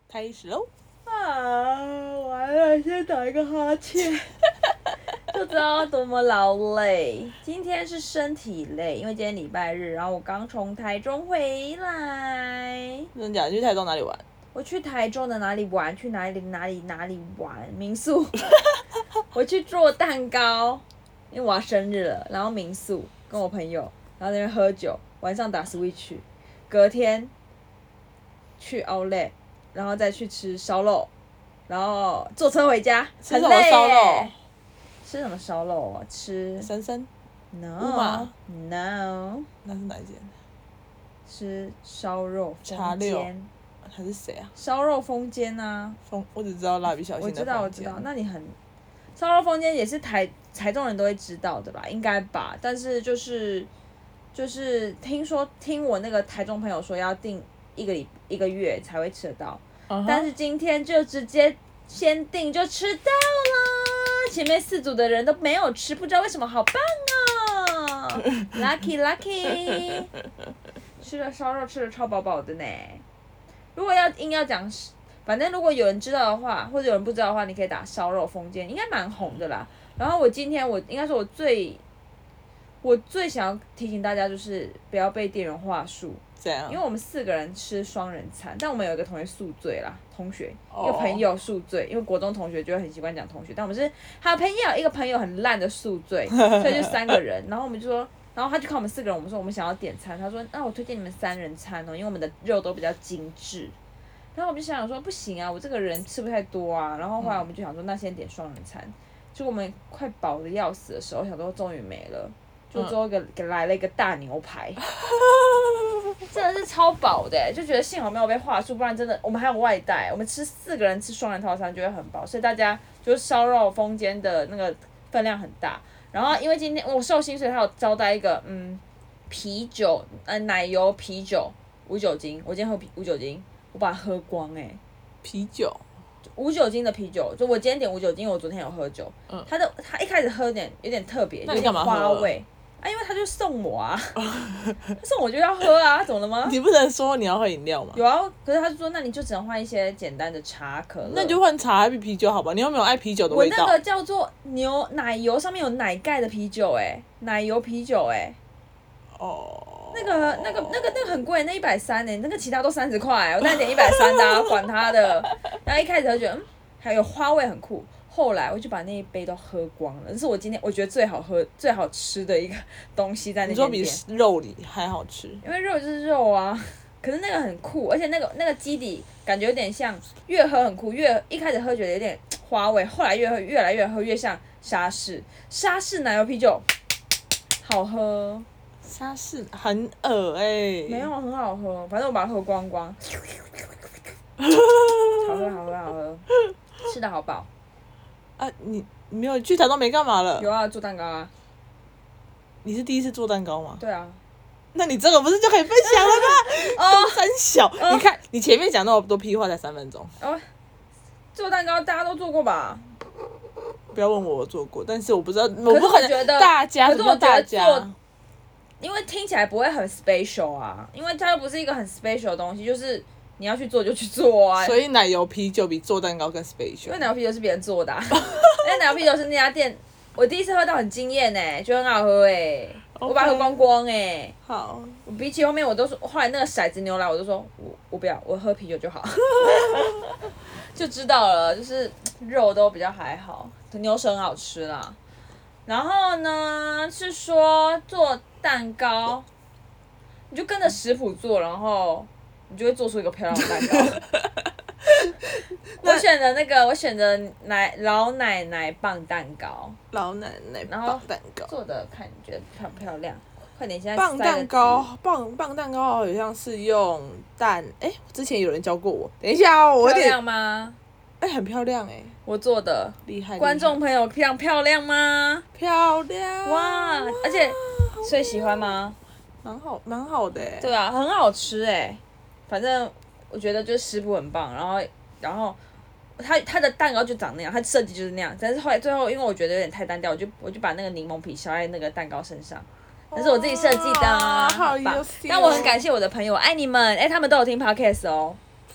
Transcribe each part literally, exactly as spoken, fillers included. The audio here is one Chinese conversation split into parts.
开始喽！ 啊，完了，先打一个哈欠，就知道多么劳累。今天是身体累，因为今天礼拜日，然后我刚从台中回来。 真的假的？你去台中哪里玩？ 我去台中的哪里玩？去哪里哪里哪里玩？民宿。我去做蛋糕，因为我要生日了。然后民宿跟我朋友，然后在那边喝酒，晚上打 Switch， 隔天去 Outlet， 然后再去吃烧肉，然后坐车回家，很累耶。 吃什么烧肉？ 吃什么烧肉啊？吃森森 No No， 那是哪一间？ 吃烧肉茶六风间。 还是谁啊？ 烧肉风间啊， 风我只知道蜡笔小新的我知道我风间知道，那你很烧肉风间也是台台中人都会知道的吧？应该吧？但是就是就是听说听我那个台中朋友说要订一个礼一个月才会吃得到， uh-huh. 但是今天就直接先订就吃到了，前面四组的人都没有吃，不知道为什么，好棒哦！Lucky Lucky， 吃了烧肉吃的超饱饱的呢。如果要硬要讲，反正如果有人知道的话，或者有人不知道的话，你可以打烧肉风间，应该蛮红的啦。然后我今天我应该说我最我最想要提醒大家就是不要被店员话术， 这样， 因为我们四个人吃双人餐，但我们有一个同学宿醉啦，同学哦一个朋友宿醉，因为国中同学就会很习惯讲同学，但我们是好朋友，一个朋友很烂的宿醉，所以就三个人，然后我们就说。然后他就看我们四个人，我们说我们想要点餐，他说那我推荐你们三人餐哦，因为我们的肉都比较精致。然后我们就想想说不行啊，我这个人吃不太多啊。然后后来我们就想说那先点双人餐，结果我们快饱的要死的时候，想说终于没了，就最后一个给来了一个大牛排，真的是超饱的，就觉得幸好没有被话术，不然真的我们还有外带，我们吃四个人吃双人套餐就会很饱，所以大家就是烧肉风间的那个分量很大。然后因为今天我寿星，所以他有招待一个嗯啤酒，呃奶油啤酒无酒精，我今天喝啤无酒精，我把它喝光哎、欸。 啤酒， 无酒精的啤酒，就我今天点无酒精，因为我昨天有喝酒。嗯。他的他一开始喝有点有点特别，有点花味。啊，因为他就送我啊，送我就要喝啊，怎么了吗？ 你不能说你要喝饮料吗？ 有啊，可是他就说那你就只能换一些简单的茶可乐。 那你就换茶还比啤酒好吧？你有没有爱啤酒的味道？ 我那个叫做牛奶油，上面有奶盖的啤酒、欸，哎，奶油啤酒、欸，哎。 哦。 那个那个那个那个很贵，那一百三呢，那个其他都三十块，我再点一百三的、啊，管他的。然后一开始就觉得嗯，还有花味很酷。后来我就把那一杯都喝光了，这是我今天我觉得最好喝、最好吃的一个东西在那间店。 你说比肉里还好吃？ 因为肉就是肉啊，可是那个很酷，而且那个那个基底感觉有点像，越喝很酷，越一开始喝觉得有点花味，后来越喝越来越喝越像沙士，沙士奶油啤酒，好喝。 沙士很恶哎、欸。 没有很好喝，反正我把它喝光光。好喝好喝好喝，吃得好饱。 啊，你你没有去台中没干嘛了？ 有啊，做蛋糕啊。 你是第一次做蛋糕吗？ 对啊。 那你这个不是就可以分享了吗？哦，很小，哦、你看你前面讲那么多屁话才三分钟。 哦，做蛋糕大家都做过吧？ 不要问我我做过，但是我不知道，我不可能觉得大家， 可是我觉得做， 因为听起来不会很 special 啊，因为它又不是一个很 special 的东西，就是你要去做就去做啊。 所以奶油啤酒比做蛋糕更 special。 因为奶油啤酒是别人做的、啊，因为奶油啤酒是那家店，我第一次喝到很惊艳哎，觉得很好喝哎、欸 okay. 我把它喝光光哎、欸。 好。 我比起后面我都说，后来那个骰子牛奶我就说我我不要，我喝啤酒就好，就知道了，就是肉都比较还好，牛舌很好吃啦。然后呢是说做蛋糕，你就跟着食谱做，然后你就会做出一个漂亮的蛋糕。我选的那个，我选的奶老奶奶棒蛋糕。 老奶奶棒蛋糕做的看你觉得漂不漂亮？快点，现在棒蛋糕，棒棒蛋糕好像是用蛋，哎、欸，之前有人教过我。等一下哦，我有点漂亮吗？ 哎、欸，很漂亮哎、欸， 我做的厉害。 观众朋友漂漂亮吗？ 漂亮哇！而且，所以喜欢吗？ 蛮好，蛮好的哎、欸。 对啊，很好吃哎、欸。反正我觉得就是食谱很棒，然后然后它它的蛋糕就长那样，它设计就是那样。但是后来最后，因为我觉得有点太单调，我就我就把那个柠檬皮削在那个蛋糕身上。那是我自己设计的、啊， 好棒！ 但我很感谢我的朋友，我爱你们，哎、欸，他们都有听 podcast 哦。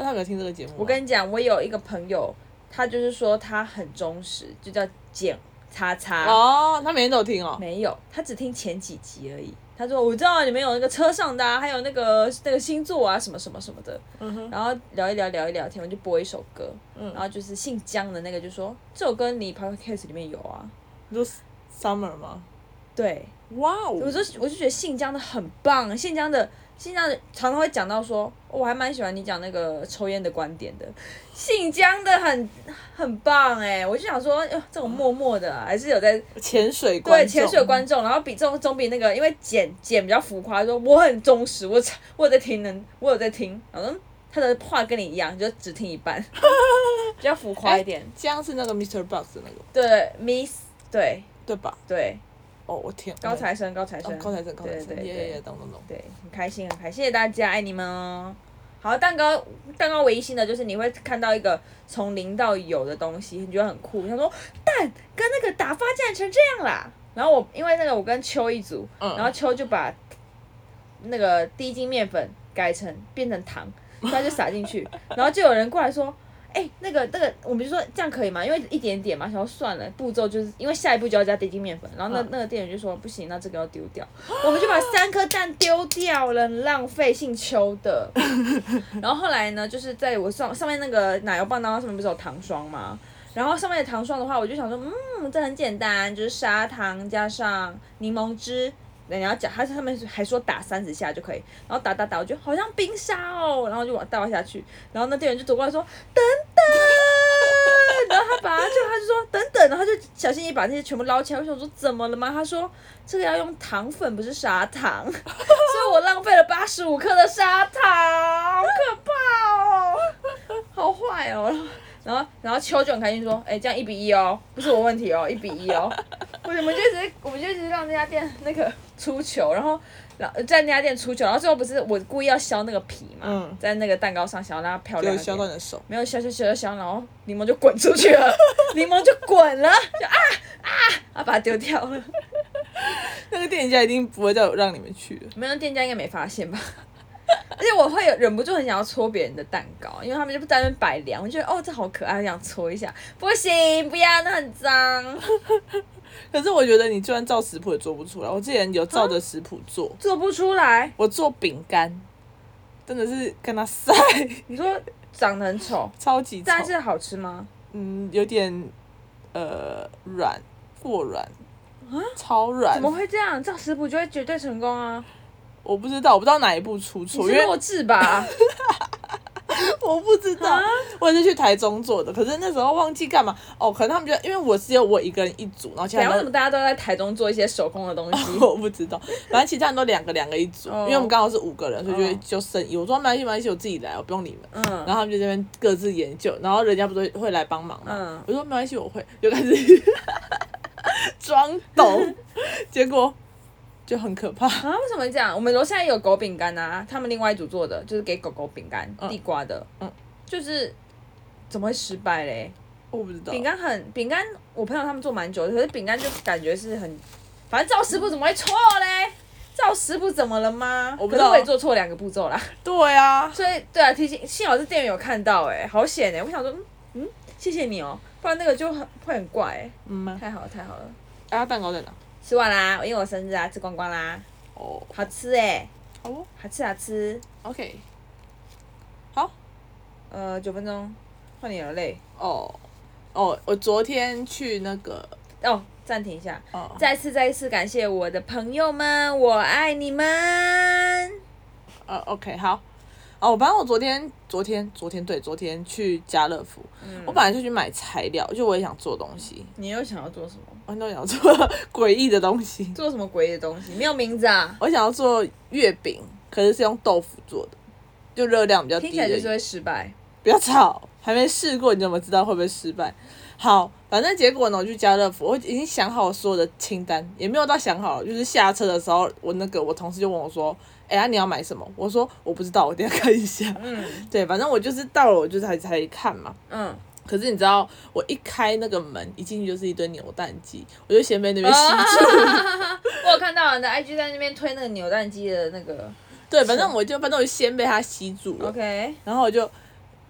那他没有听这个节目吗？ 我跟你讲，我有一个朋友，他就是说他很忠实，就叫简叉叉。 哦，他每天都有听哦。 没有，他只听前几集而已。他说我知道你们有那个车上的、啊，还有那个那个星座啊，什么什么什么的。 嗯哼。 然后聊一聊聊一聊天，我就播一首歌。 嗯。 然后就是姓江的那个就说这首歌你 podcast 里面有啊。 你说 Summer 吗？ 对。 哇哦！ 我就我就觉得姓江的很棒，姓江的姓江的常常会讲到说，我还蛮喜欢你讲那个抽烟的观点的。姓江的很很棒哎，我就想说，呃、这种默默的、啊、还是有在潜水观众， 对潜水观众，然后比这种总比那个，因为简简比较浮夸，说我很忠实，我我有在听呢，我有在听，然后他的话跟你一样，就只听一半，比较浮夸一点。 这样是那个 mister Box 的那个。 对 ，Miss 对对吧？ 对。 哦，我天！ 高材生，高材生， 哦、高材生，高材生， 对对对，懂懂懂。 对，很开心，很开心，谢谢大家，爱你们哦。好，蛋糕，蛋糕唯一新的就是你会看到一个从零到有的东西，你觉得很酷。他说蛋跟那个打发竟然成这样啦。然后我因为那个我跟秋一组， 嗯、 然后秋就把那个低筋面粉改成变成糖，他就撒进去，然后就有人过来说。哎、欸，那个那个，我们就说这样可以吗？因为一点点嘛，想说算了，步骤就是因为下一步就要加低筋面粉，然后那、嗯、那个店员就说不行，那这个要丢掉，我们就把三颗蛋丢掉了，很浪费，姓邱的。然后后来呢，就是在我上上面那个奶油棒当上面不是有糖霜吗？然后上面的糖霜的话，我就想说，嗯，这很简单，就是砂糖加上柠檬汁。你要讲，他他们还说打三十下就可以，然后打打打，我觉得好像冰沙哦，然后就往倒下去，然后那店员就走过来说等等，然后他把他就他就说等等，然后就小心翼翼把那些全部捞起来。我想说怎么了吗？他说这个要用糖粉，不是砂糖，所以我浪费了八十五克的砂糖，好可怕哦，好坏哦。然后，然后秋就很开心说：“哎、欸，这样一比一哦，不是我问题哦，一比一哦。”我们就一直，我们就一直让那家店那个出糗，然后，然后在那家店出糗，然后最后不是我故意要削那个皮嘛，嗯、在那个蛋糕上想要让它漂亮一点， 削到你的手， 没有削削削削，然后柠檬就滚出去了，柠檬就滚了，就啊啊，啊把它丢掉了。 那个店家一定不会再让你们去了， 没有，店家应该没发现吧？而且我会有忍不住很想要搓别人的蛋糕，因为他们就在那边摆凉，我觉得哦这好可爱，想搓一下。不行，不要，那很脏。 可是我觉得你就算照食谱也做不出来。我之前有照着食谱做， 做不出来。 我做饼干，真的是跟他晒。 你说长得很丑， 超级丑。 但是好吃吗？ 嗯，有点呃软，过软，超软。 怎么会这样？照食谱就会绝对成功啊！ 我不知道，我不知道哪一步出错， 你是弱智吧？ 我不知道，我也是去台中做的，可是那时候忘记干嘛哦，可能他们觉得，因为我只有我一个人一组，然后其他人为什么大家都在台中做一些手工的东西？ 我不知道，反正其他人都两个两个一组， 哦、 因为我们刚好是五个人，所以就就剩一。我说没关系没关系，我自己来，我不用你们。嗯，然后他们就在那边各自研究，然后人家不是会来帮忙嘛？嗯，我说没关系，我会，就开始装抖，结果。就很可怕啊！为什么这样？我们楼下也有狗饼干啊，他们另外一组做的就是给狗狗饼干，嗯、地瓜的，嗯，就是怎么会失败嘞？ 我不知道。 饼干很饼干，我朋友他们做蛮久的，可是饼干就感觉是很，反正照食谱怎么会错嘞？照食谱怎么了吗？ 我不知道， 可是我也做错两个步骤啦。 对啊， 所以对啊，提醒幸好是店员有看到、欸，哎，好险哎、欸！我想说，嗯嗯，谢谢你哦、喔，不然那个就很会很怪、欸，嗯，太好了太好了。 啊，蛋糕在哪？ 吃完啦，因为我生日啊，吃光光啦。哦，好吃哎、欸， 好、哦， 好吃好吃。 OK， 好， 呃，九分钟，换你了累。 哦，哦，我昨天去那个， 哦，暂停一下，哦、再次再次感谢我的朋友们，我爱你们。 呃 ，OK， 好。哦，反正我昨天、昨天、昨天对，昨天去家乐福，嗯、我本来就去买材料，就我也想做东西。 你又想要做什么？ 我都想做诡异的东西。 做什么诡异的东西？没有名字啊。 我想要做月饼，可是是用豆腐做的，就热量比较低。 听起来就是会失败。 不要吵，还没试过，你怎么知道会不会失败？好，反正结果呢，我去家乐福，我已经想好所有的清单，也没有到想好，就是下车的时候，我那个我同事就问我说。哎、欸啊，你要买什么？我说我不知道，我等一下看一下。嗯，对，反正我就是到了，我就才才看嘛。嗯，可是你知道，我一开那个门，一进去就是一堆扭蛋机，我就先被那边吸住。 我有看到你的 I G 在那边推那个扭蛋机的那个。 对，反正我就反正我就先被他吸住了。 OK。 然后我就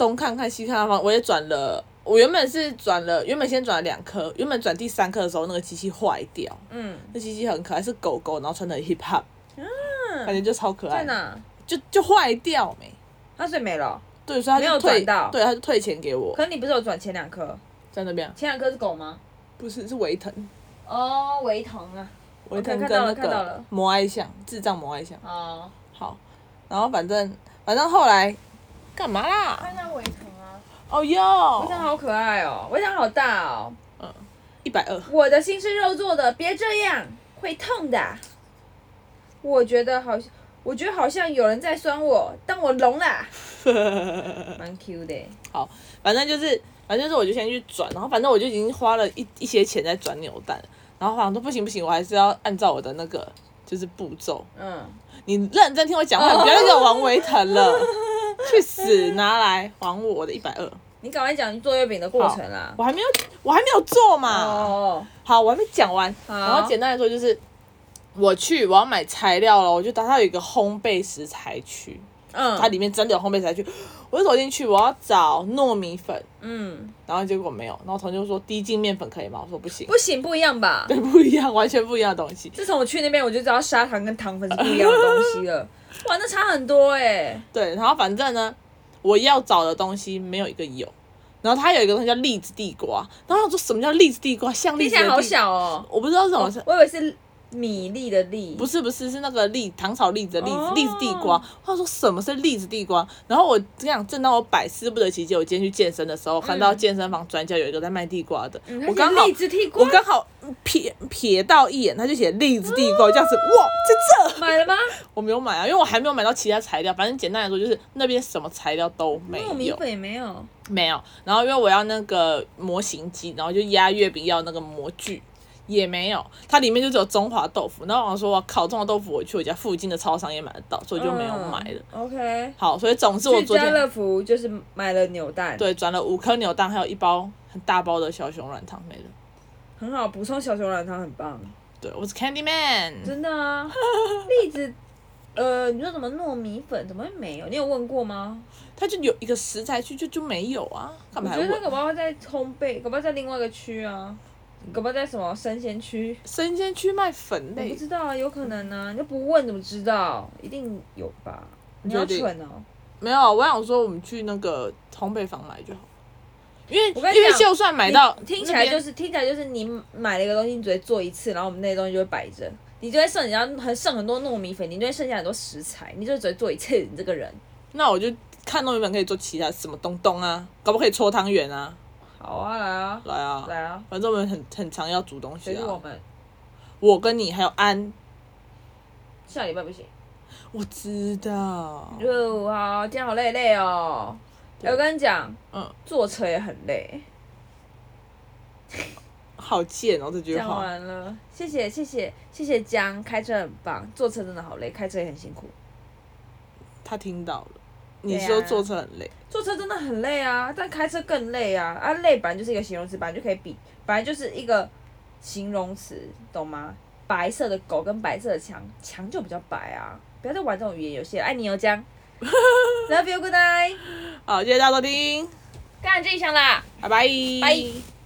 东看看西看看，我也转了。我原本是转了，原本先转了两颗，原本转第三颗的时候，那个机器坏掉。嗯，那机器很可爱，是狗狗，然后穿的 hip hop，嗯，感觉就超可爱。 在哪？ 就就坏掉没？ 它所以没了。 对，所以他就退， 没有转到， 对，他就退钱给我。 可是你不是有转前两颗？ 在那边。 前两颗是狗吗？ 不是，是维腾。 哦，维腾啊。 维腾跟那个摩艾像，智障摩艾像。哦。好，然后反正反正后来干嘛啦？ 看到维腾啊。 哦哟。 维腾好可爱哦，维腾好大哦。 嗯，一百二。 我的心是肉做的，别这样，会痛的。我觉得好像。我觉得好像有人在酸我，当我聋啦，蛮 Q 的。 好，反正就是，反正就是，我就先去转，然后反正我就已经花了一一些钱在转扭蛋，然后好像说不行不行，我还是要按照我的那个就是步骤。嗯。你认真听我讲话，你不要给我玩维腾了，去死！拿来还我我的一百二。 你赶快讲做月饼的过程啦。 我还没有，我还没有做嘛。哦。好，我还没讲完。然后简单来说就是。我去，我要买材料了，我就打它有一个烘焙食材区，嗯，它里面真的有烘焙食材区，我就走进去，我要找糯米粉，嗯，然后结果没有，然后同学就说低筋面粉可以吗？我说不行， 不行，不一样吧？ 对，不一样，完全不一样的东西。 自从我去那边，我就知道砂糖跟糖粉是不一样的东西了，哇，那差很多哎、欸。 对，然后反正呢，我要找的东西没有一个有，然后它有一个东西叫栗子地瓜，然后我说什么叫栗子地瓜？像栗子的地瓜， 听起来好小哦， 我不知道是什么是、哦， 我以为是。米粒的粒不是不是是那个栗糖炒栗子的栗子栗子地瓜。他说什么是栗子地瓜？然后我这样正当我百思不得其解，我今天去健身的时候，看到健身房转角有一个在卖地瓜的， 嗯、 我刚好我刚好瞥瞥到一眼，他就写栗子地瓜，哦、这样子哇，在这买了吗？ 我没有买啊，因为我还没有买到其他材料。反正简单来说就是那边什么材料都没有， 糯米粉也没有， 没有。然后因为我要那个模型机，然后就压月饼要那个模具。也没有，它里面就只有中华豆腐。然后我说我靠，中华豆腐我去我家附近的超商也买得到，所以就没有买了。 嗯、OK。 好，所以总之我昨天去家乐福就是买了扭蛋， 对，转了五颗扭蛋，还有一包很大包的小熊软糖没了。 很好，补充小熊软糖很棒。 对，我是 Candy Man。 真的啊，栗子，呃，你说什么糯米粉怎么会没有？你有问过吗？ 它就有一个食材区就就没有啊，干嘛还问？ 我觉得它搞不好在烘焙，搞不好在另外一个区啊。搞不好在什么生鲜区？ 生鲜区卖粉类？ 我不知道啊，有可能啊，你都不问怎么知道？一定有吧？你要蠢哦！ 没有，我想说我们去那个烘焙坊买就好，因为因为就算买到， 听起来就是听起来就是你买了一个东西，你只会做一次，然后我们那些东西就会摆着，你就会剩，你要很剩很多糯米粉，你就会剩下很多食材，你就只会做一次，你这个人。 那我就看糯米粉可以做其他什么东东啊，搞不好可以搓汤圆啊。 好啊，来啊， 来啊， 来啊！ 反正我们很很常要煮东西啊。 谁是我们？ 我跟你还有安。 下礼拜不行。 我知道。 哦，好，今天好累累哦。我跟你讲，嗯，坐车也很累。 好贱哦，这句话。 讲完了，谢谢谢谢谢谢江，开车很棒，坐车真的好累，开车也很辛苦。 他听到了。你说坐车很累、啊， 坐车真的很累啊，但开车更累啊！啊，累本来就是一个形容词，本来就可以比，本来就是一个形容词，懂吗？白色的狗跟白色的墙，墙就比较白啊！不要再玩这种语言游戏了，爱你哦，江。Love you, good night。 好，谢谢大家收听， 干这一箱啦， 拜拜， 拜。